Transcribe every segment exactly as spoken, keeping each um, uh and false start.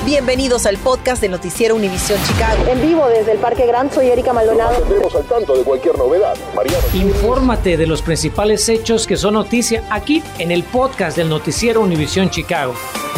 Bienvenidos al podcast de Noticiero Univisión Chicago. En vivo desde el Parque Grant, soy Erika Maldonado. Nos mantendremos al tanto de cualquier novedad. Mariano. Infórmate de los principales hechos que son noticia aquí en el podcast del Noticiero Univisión Chicago.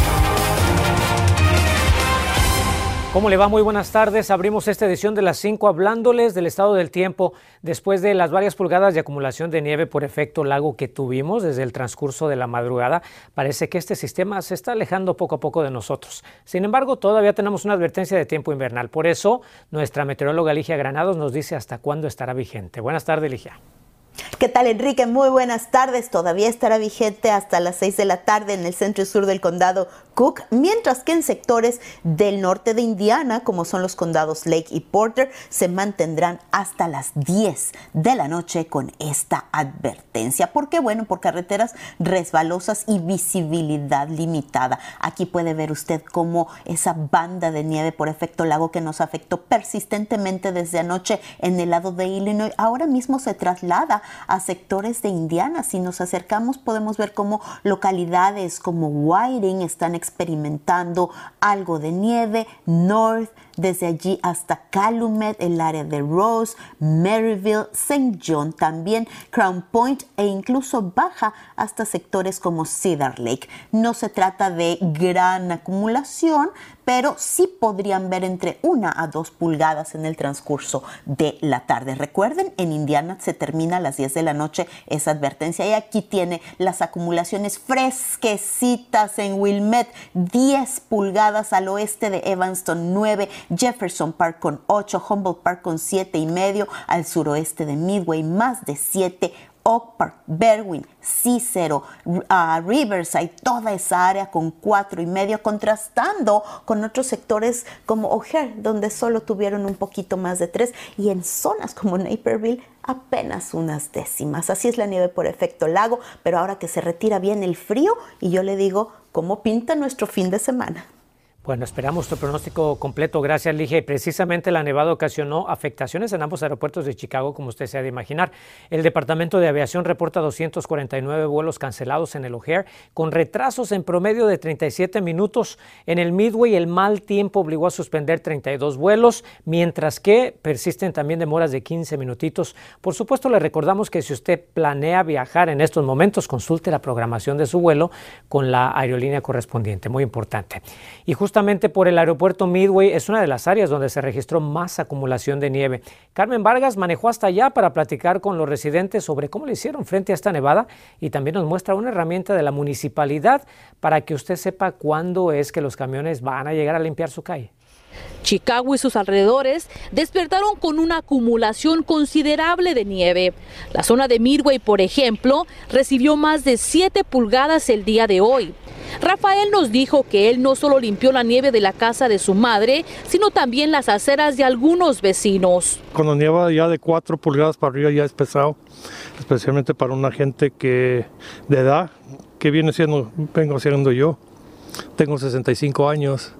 ¿Cómo le va? Muy buenas tardes. Abrimos esta edición de las cinco hablándoles del estado del tiempo después de las varias pulgadas de acumulación de nieve por efecto lago que tuvimos desde el transcurso de la madrugada. Parece que este sistema se está alejando poco a poco de nosotros. Sin embargo, todavía tenemos una advertencia de tiempo invernal. Por eso, nuestra meteoróloga Ligia Granados nos dice hasta cuándo estará vigente. Buenas tardes, Ligia. ¿Qué tal, Enrique? Muy buenas tardes. Todavía estará vigente hasta las seis de la tarde en el centro y sur del condado Cook, mientras que en sectores del norte de Indiana, como son los condados Lake y Porter, se mantendrán hasta las diez de la noche con esta advertencia. ¿Por qué? Bueno, por carreteras resbalosas y visibilidad limitada. Aquí puede ver usted cómo esa banda de nieve por efecto lago que nos afectó persistentemente desde anoche en el lado de Illinois, ahora mismo se traslada a sectores de Indiana. Si nos acercamos podemos ver cómo localidades como Whiting están experimentando algo de nieve. North, desde allí hasta Calumet, el área de Rose, Maryville, Saint John, también Crown Point e incluso baja hasta sectores como Cedar Lake. No se trata de gran acumulación, pero sí podrían ver entre una a dos pulgadas en el transcurso de la tarde. Recuerden, en Indiana se termina a las diez de la noche esa advertencia y aquí tiene las acumulaciones fresquecitas en Wilmette, diez pulgadas al oeste de Evanston, nueve, Jefferson Park con ocho, Humboldt Park con siete y medio, al suroeste de Midway más de siete, Oak Park, Berwyn, Cicero, uh, Riverside, toda esa área con cuatro y medio, contrastando con otros sectores como O'Hare, donde solo tuvieron un poquito más de tres, y en zonas como Naperville apenas unas décimas. Así es la nieve por efecto lago, pero ahora que se retira bien el frío, y yo le digo, ¿cómo pinta nuestro fin de semana? Bueno, esperamos tu pronóstico completo. Gracias, Ligia. Y precisamente la nevada ocasionó afectaciones en ambos aeropuertos de Chicago, como usted se ha de imaginar. El Departamento de Aviación reporta doscientos cuarenta y nueve vuelos cancelados en el O'Hare, con retrasos en promedio de treinta y siete minutos. En el Midway, el mal tiempo obligó a suspender treinta y dos vuelos, mientras que persisten también demoras de quince minutitos. Por supuesto, le recordamos que si usted planea viajar en estos momentos, consulte la programación de su vuelo con la aerolínea correspondiente. Muy importante. Y justamente Justamente por el aeropuerto Midway es una de las áreas donde se registró más acumulación de nieve. Carmen Vargas manejó hasta allá para platicar con los residentes sobre cómo le hicieron frente a esta nevada y también nos muestra una herramienta de la municipalidad para que usted sepa cuándo es que los camiones van a llegar a limpiar su calle. Chicago y sus alrededores despertaron con una acumulación considerable de nieve. La zona de Midway, por ejemplo, recibió más de siete pulgadas el día de hoy. Rafael nos dijo que él no solo limpió la nieve de la casa de su madre, sino también las aceras de algunos vecinos. Cuando nieva ya de cuatro pulgadas para arriba ya es pesado, especialmente para una gente que de edad, que viene siendo, vengo siendo yo. Tengo sesenta y cinco años,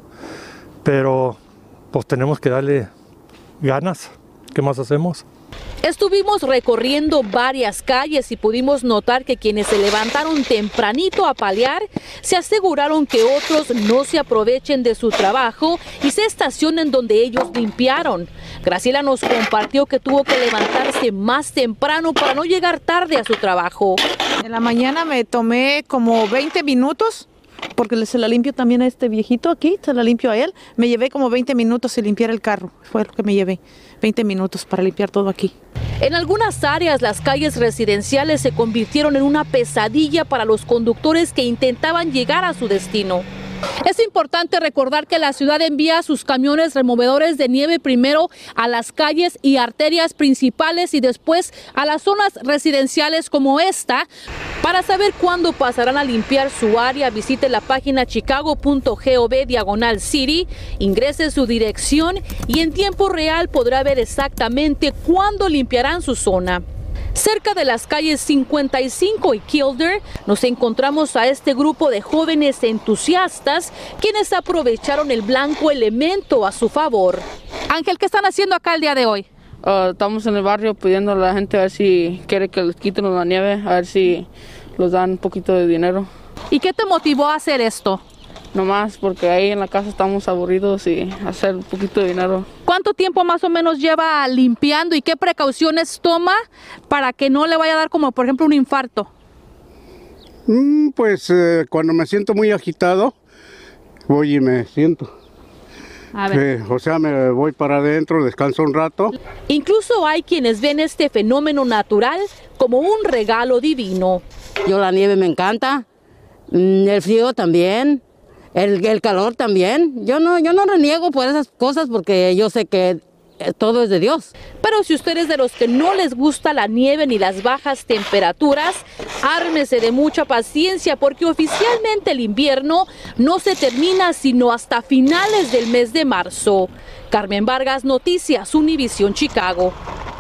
pero pues tenemos que darle ganas. ¿Qué más hacemos? Estuvimos recorriendo varias calles y pudimos notar que quienes se levantaron tempranito a paliar se aseguraron que otros no se aprovechen de su trabajo y se estacionen donde ellos limpiaron. Graciela nos compartió que tuvo que levantarse más temprano para no llegar tarde a su trabajo. En la mañana me tomé como veinte minutos. Porque se la limpio también a este viejito aquí, se la limpio a él. Me llevé como veinte minutos y limpiar el carro. Fue lo que me llevé, veinte minutos para limpiar todo aquí. En algunas áreas, las calles residenciales se convirtieron en una pesadilla para los conductores que intentaban llegar a su destino. Es importante recordar que la ciudad envía sus camiones removedores de nieve primero a las calles y arterias principales y después a las zonas residenciales como esta. Para saber cuándo pasarán a limpiar su área, visite la página chicago punto gov diagonal city, ingrese su dirección y en tiempo real podrá ver exactamente cuándo limpiarán su zona. Cerca de las calles cincuenta y cinco y Kildare nos encontramos a este grupo de jóvenes entusiastas quienes aprovecharon el blanco elemento a su favor. Ángel, ¿qué están haciendo acá el día de hoy? Uh, estamos en el barrio pidiendo a la gente a ver si quiere que les quiten la nieve, a ver si les dan un poquito de dinero. ¿Y qué te motivó a hacer esto? nomás porque ahí en la casa estamos aburridos y hacer un poquito de dinero. ¿Cuánto tiempo más o menos lleva limpiando y qué precauciones toma para que no le vaya a dar como por ejemplo un infarto? Mm, pues eh, cuando me siento muy agitado, voy y me siento. A ver. Eh, o sea, me voy para adentro, descanso un rato. Incluso hay quienes ven este fenómeno natural como un regalo divino. Yo la nieve me encanta, el frío también, el, el calor también. Yo no, yo no reniego por esas cosas porque yo sé que todo es de Dios. Pero si usted es de los que no les gusta la nieve ni las bajas temperaturas, ármese de mucha paciencia porque oficialmente el invierno no se termina sino hasta finales del mes de marzo. Carmen Vargas, Noticias Univisión Chicago.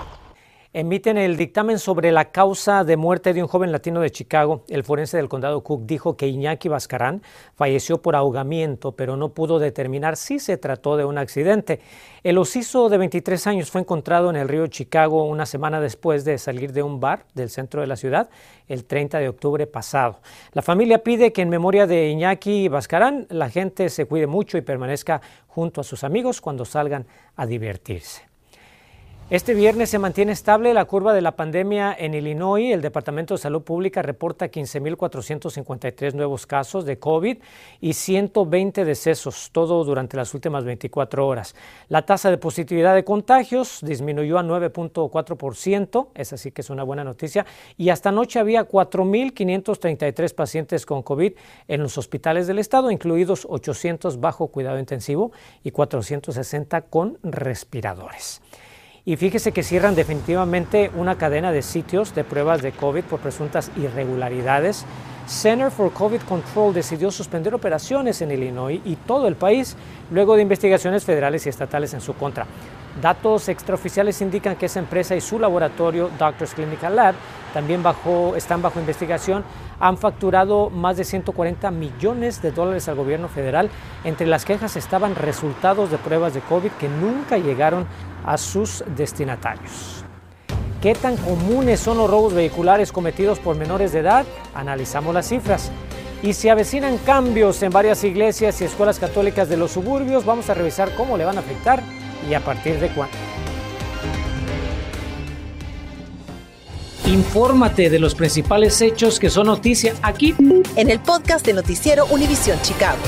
Emiten el dictamen sobre la causa de muerte de un joven latino de Chicago. El forense del condado Cook dijo que Iñaki Bascarán falleció por ahogamiento, pero no pudo determinar si se trató de un accidente. El occiso de veintitrés años fue encontrado en el río Chicago una semana después de salir de un bar del centro de la ciudad el treinta de octubre pasado. La familia pide que en memoria de Iñaki Bascarán la gente se cuide mucho y permanezca junto a sus amigos cuando salgan a divertirse. Este viernes se mantiene estable la curva de la pandemia en Illinois. El Departamento de Salud Pública reporta quince mil cuatrocientos cincuenta y tres nuevos casos de COVID y ciento veinte decesos, todo durante las últimas veinticuatro horas. La tasa de positividad de contagios disminuyó a nueve punto cuatro por ciento, esa sí que es una buena noticia, y hasta anoche había cuatro mil quinientos treinta y tres pacientes con COVID en los hospitales del estado, incluidos ochocientos bajo cuidado intensivo y cuatrocientos sesenta con respiradores. Y fíjese que cierran definitivamente una cadena de sitios de pruebas de COVID por presuntas irregularidades. Center for COVID Control decidió suspender operaciones en Illinois y todo el país luego de investigaciones federales y estatales en su contra. Datos extraoficiales indican que esa empresa y su laboratorio, Doctors Clinical Lab, también bajo, están bajo investigación. Han facturado más de ciento cuarenta millones de dólares al gobierno federal. Entre las quejas estaban resultados de pruebas de COVID que nunca llegaron a sus destinatarios. ¿Qué tan comunes son los robos vehiculares cometidos por menores de edad? Analizamos las cifras. Y se avecinan cambios en varias iglesias y escuelas católicas de los suburbios. Vamos a revisar cómo le van a afectar y a partir de cuándo. Infórmate de los principales hechos que son noticia aquí en el podcast de Noticiero Univisión Chicago.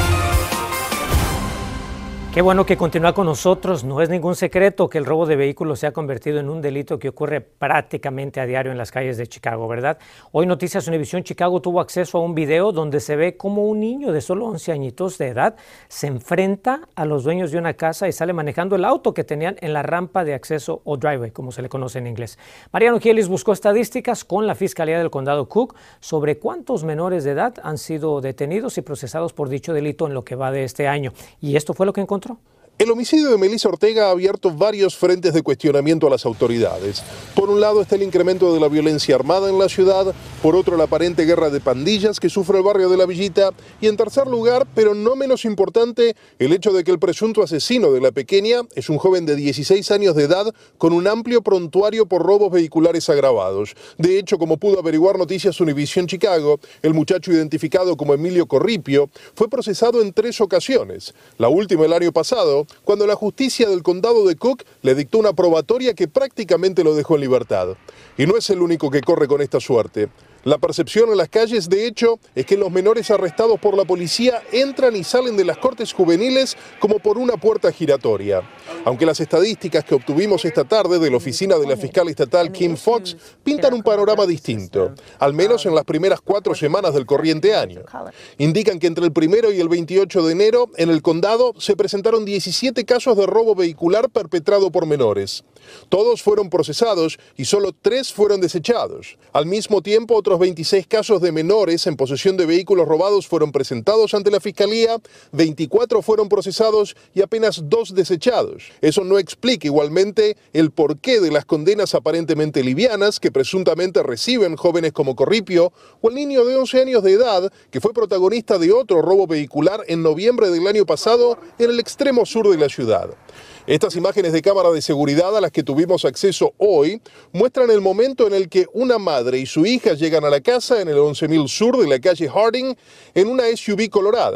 Qué bueno que continúa con nosotros. No es ningún secreto que el robo de vehículos se ha convertido en un delito que ocurre prácticamente a diario en las calles de Chicago, ¿verdad? Hoy Noticias Univisión Chicago tuvo acceso a un video donde se ve cómo un niño de solo once añitos de edad se enfrenta a los dueños de una casa y sale manejando el auto que tenían en la rampa de acceso o driveway, como se le conoce en inglés. Mariano Gielis buscó estadísticas con la Fiscalía del Condado Cook sobre cuántos menores de edad han sido detenidos y procesados por dicho delito en lo que va de este año. Y esto fue lo que encontró. El homicidio de Melissa Ortega ha abierto varios frentes de cuestionamiento a las autoridades. Por un lado está el incremento de la violencia armada en la ciudad, por otro la aparente guerra de pandillas que sufre el barrio de La Villita y en tercer lugar, pero no menos importante, el hecho de que el presunto asesino de la pequeña es un joven de dieciséis años de edad con un amplio prontuario por robos vehiculares agravados. De hecho, como pudo averiguar Noticias Univisión Chicago, el muchacho identificado como Emilio Corripio fue procesado en tres ocasiones, la última el año pasado, cuando la justicia del condado de Cook le dictó una probatoria que prácticamente lo dejó en libertad. Y no es el único que corre con esta suerte. La percepción en las calles, de hecho, es que los menores arrestados por la policía entran y salen de las cortes juveniles como por una puerta giratoria. Aunque las estadísticas que obtuvimos esta tarde de la oficina de la fiscal estatal Kim Fox pintan un panorama distinto, al menos en las primeras cuatro semanas del corriente año. Indican que entre el primero y el veintiocho de enero, en el condado se presentaron diecisiete casos de robo vehicular perpetrado por menores. Todos fueron procesados y solo tres fueron desechados. Al mismo tiempo, otros veintiséis casos de menores en posesión de vehículos robados fueron presentados ante la Fiscalía, veinticuatro fueron procesados y apenas dos desechados. Eso no explica igualmente el porqué de las condenas aparentemente livianas que presuntamente reciben jóvenes como Corripio o el niño de once años de edad que fue protagonista de otro robo vehicular en noviembre del año pasado en el extremo sur de la ciudad. Estas imágenes de cámara de seguridad a las que tuvimos acceso hoy muestran el momento en el que una madre y su hija llegan a la casa en el once mil sur de la calle Harding en una S U V colorada.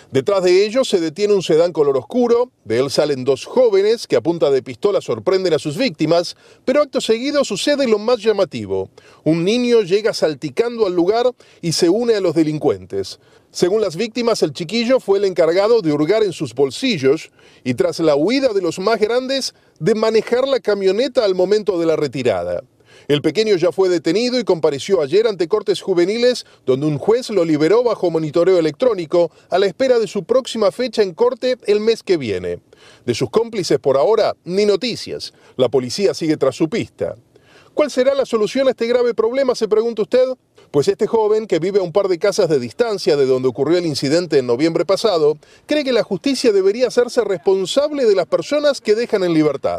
Detrás de ellos se detiene un sedán color oscuro, de él salen dos jóvenes que a punta de pistola sorprenden a sus víctimas, pero acto seguido sucede lo más llamativo. Un niño llega salticando al lugar y se une a los delincuentes. Según las víctimas, el chiquillo fue el encargado de hurgar en sus bolsillos y tras la huida de los más grandes, de manejar la camioneta al momento de la retirada. El pequeño ya fue detenido y compareció ayer ante cortes juveniles, donde un juez lo liberó bajo monitoreo electrónico a la espera de su próxima fecha en corte el mes que viene. De sus cómplices por ahora, ni noticias. La policía sigue tras su pista. ¿Cuál será la solución a este grave problema, se pregunta usted? Pues este joven, que vive a un par de casas de distancia de donde ocurrió el incidente en noviembre pasado, cree que la justicia debería hacerse responsable de las personas que dejan en libertad.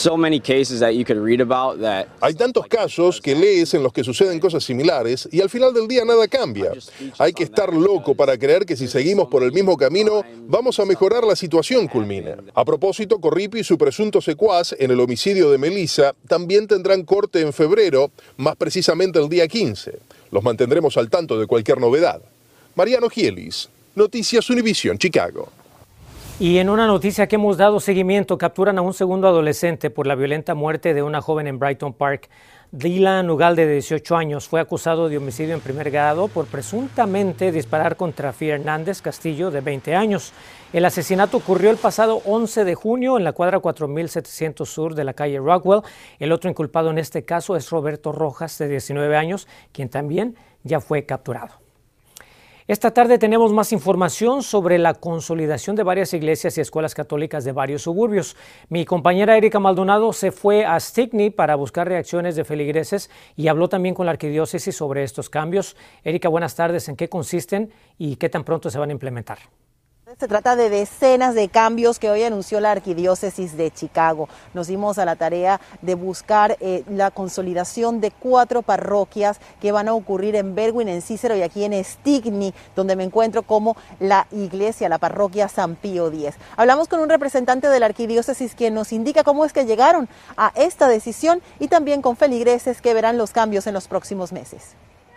Hay tantos casos que lees en los que suceden cosas similares y al final del día nada cambia. Hay que estar loco para creer que si seguimos por el mismo camino vamos a mejorar la situación, culmina. A propósito, Corripio y su presunto secuaz en el homicidio de Melissa también tendrán corte en febrero, más precisamente el día quince. Los mantendremos al tanto de cualquier novedad. Mariano Gielis, Noticias Univisión, Chicago. Y en una noticia que hemos dado seguimiento, capturan a un segundo adolescente por la violenta muerte de una joven en Brighton Park. Dylan Ugalde, de dieciocho años, fue acusado de homicidio en primer grado por presuntamente disparar contra Fia Hernández Castillo, de veinte años. El asesinato ocurrió el pasado once de junio en la cuadra cuatro mil setecientos sur de la calle Rockwell. El otro inculpado en este caso es Roberto Rojas, de diecinueve años, quien también ya fue capturado. Esta tarde tenemos más información sobre la consolidación de varias iglesias y escuelas católicas de varios suburbios. Mi compañera Erika Maldonado se fue a Stickney para buscar reacciones de feligreses y habló también con la arquidiócesis sobre estos cambios. Erika, buenas tardes. ¿En qué consisten y qué tan pronto se van a implementar? Se trata de decenas de cambios que hoy anunció la Arquidiócesis de Chicago. Nos dimos a la tarea de buscar eh, la consolidación de cuatro parroquias que van a ocurrir en Berwyn, en Cícero y aquí en Stickney, donde me encuentro como la iglesia, la parroquia San Pío X. Hablamos con un representante de la Arquidiócesis quien nos indica cómo es que llegaron a esta decisión y también con feligreses que verán los cambios en los próximos meses.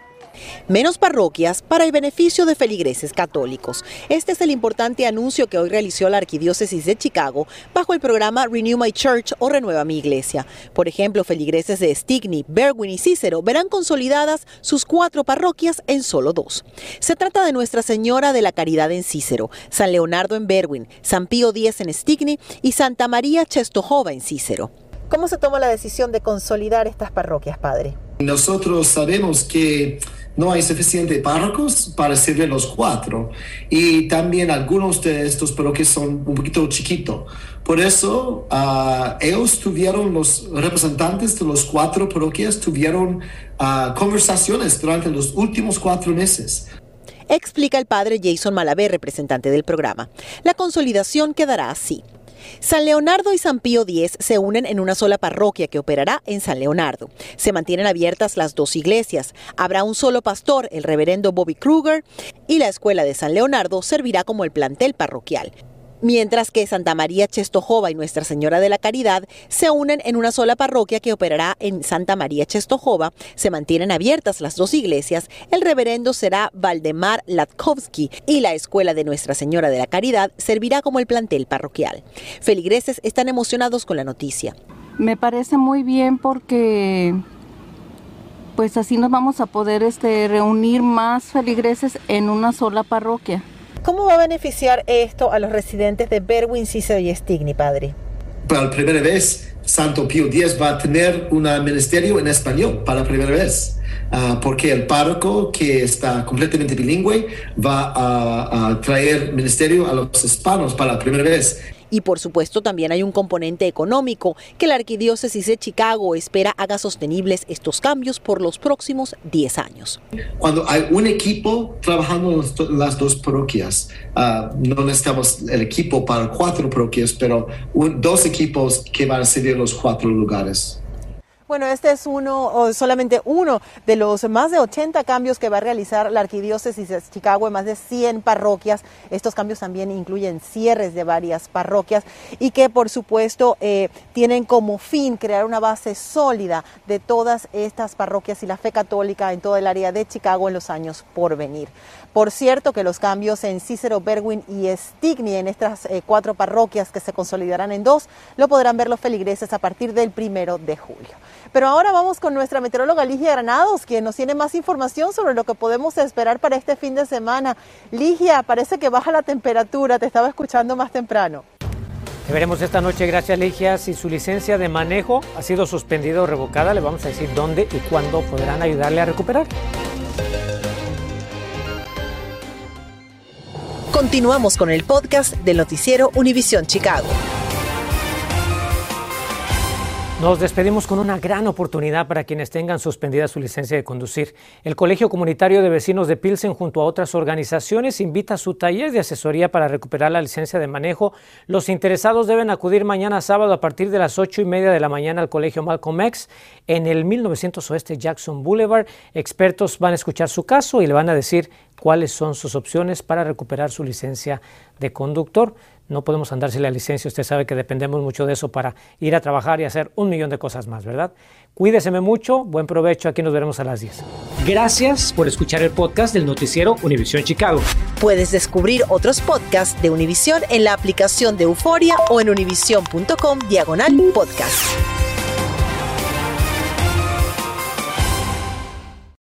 Menos parroquias para el beneficio de feligreses católicos. Este es el importante anuncio que hoy realizó la Arquidiócesis de Chicago bajo el programa Renew My Church o Renueva mi Iglesia. Por ejemplo, feligreses de Stickney, Berwyn y Cícero verán consolidadas sus cuatro parroquias en solo dos. Se trata de Nuestra Señora de la Caridad en Cícero, San Leonardo en Berwyn, San Pío X en Stickney y Santa María Czestochowa en Cícero. ¿Cómo se toma la decisión de consolidar estas parroquias, padre? Nosotros sabemos que no hay suficientes párrocos para servir los cuatro y también algunos de estos parroquias son un poquito chiquitos. Por eso uh, ellos tuvieron, los representantes de los cuatro parroquias tuvieron uh, conversaciones durante los últimos cuatro meses. Explica el padre Jason Malavé, representante del programa. La consolidación quedará así. San Leonardo y San Pío X se unen en una sola parroquia que operará en San Leonardo. Se mantienen abiertas las dos iglesias. Habrá un solo pastor, el reverendo Bobby Kruger, y la escuela de San Leonardo servirá como el plantel parroquial. Mientras que Santa María Czestochowa y Nuestra Señora de la Caridad se unen en una sola parroquia que operará en Santa María Czestochowa. Se mantienen abiertas las dos iglesias. El reverendo será Valdemar Latkowski y la escuela de Nuestra Señora de la Caridad servirá como el plantel parroquial. Feligreses están emocionados con la noticia. Me parece muy bien porque pues así nos vamos a poder este, reunir más feligreses en una sola parroquia. ¿Cómo va a beneficiar esto a los residentes de Berwyn, Cícero y Stickney, padre? Por primera vez, Santo Pío X va a tener un ministerio en español, para la primera vez. Uh, porque el párroco, que está completamente bilingüe, va a, a traer ministerio a los hispanos para la primera vez. Y por supuesto también hay un componente económico que la Arquidiócesis de Chicago espera haga sostenibles estos cambios por los próximos diez años. Cuando hay un equipo trabajando en las dos parroquias, uh, no necesitamos el equipo para cuatro parroquias, pero un, dos equipos que van a servir los cuatro lugares. Bueno, este es uno, o solamente uno de los más de ochenta cambios que va a realizar la Arquidiócesis de Chicago en más de cien parroquias. Estos cambios también incluyen cierres de varias parroquias y que, por supuesto, eh, tienen como fin crear una base sólida de todas estas parroquias y la fe católica en todo el área de Chicago en los años por venir. Por cierto, que los cambios en Cícero, Berwyn y Stickney, en estas eh, cuatro parroquias que se consolidarán en dos, lo podrán ver los feligreses a partir del primero de julio. Pero ahora vamos con nuestra meteoróloga Ligia Granados, quien nos tiene más información sobre lo que podemos esperar para este fin de semana. Ligia, parece que baja la temperatura, te estaba escuchando más temprano. Te veremos esta noche, gracias Ligia. Si su licencia de manejo ha sido suspendida o revocada, le vamos a decir dónde y cuándo podrán ayudarle a recuperar. Continuamos con el podcast del noticiero Univisión Chicago. Nos despedimos con una gran oportunidad para quienes tengan suspendida su licencia de conducir. El Colegio Comunitario de Vecinos de Pilsen, junto a otras organizaciones, invita a su taller de asesoría para recuperar la licencia de manejo. Los interesados deben acudir mañana sábado a partir de las ocho y media de la mañana al Colegio Malcolm X en el mil novecientos Oeste Jackson Boulevard. Expertos van a escuchar su caso y le van a decir cuáles son sus opciones para recuperar su licencia de conductor. No podemos andar sin la licencia, usted sabe que dependemos mucho de eso para ir a trabajar y hacer un millón de cosas más, ¿verdad? Cuídeseme mucho, buen provecho, aquí nos veremos a las diez. Gracias por escuchar el podcast del noticiero Univisión Chicago. Puedes descubrir otros podcasts de Univisión en la aplicación de Euforia o en univision punto com diagonal podcast.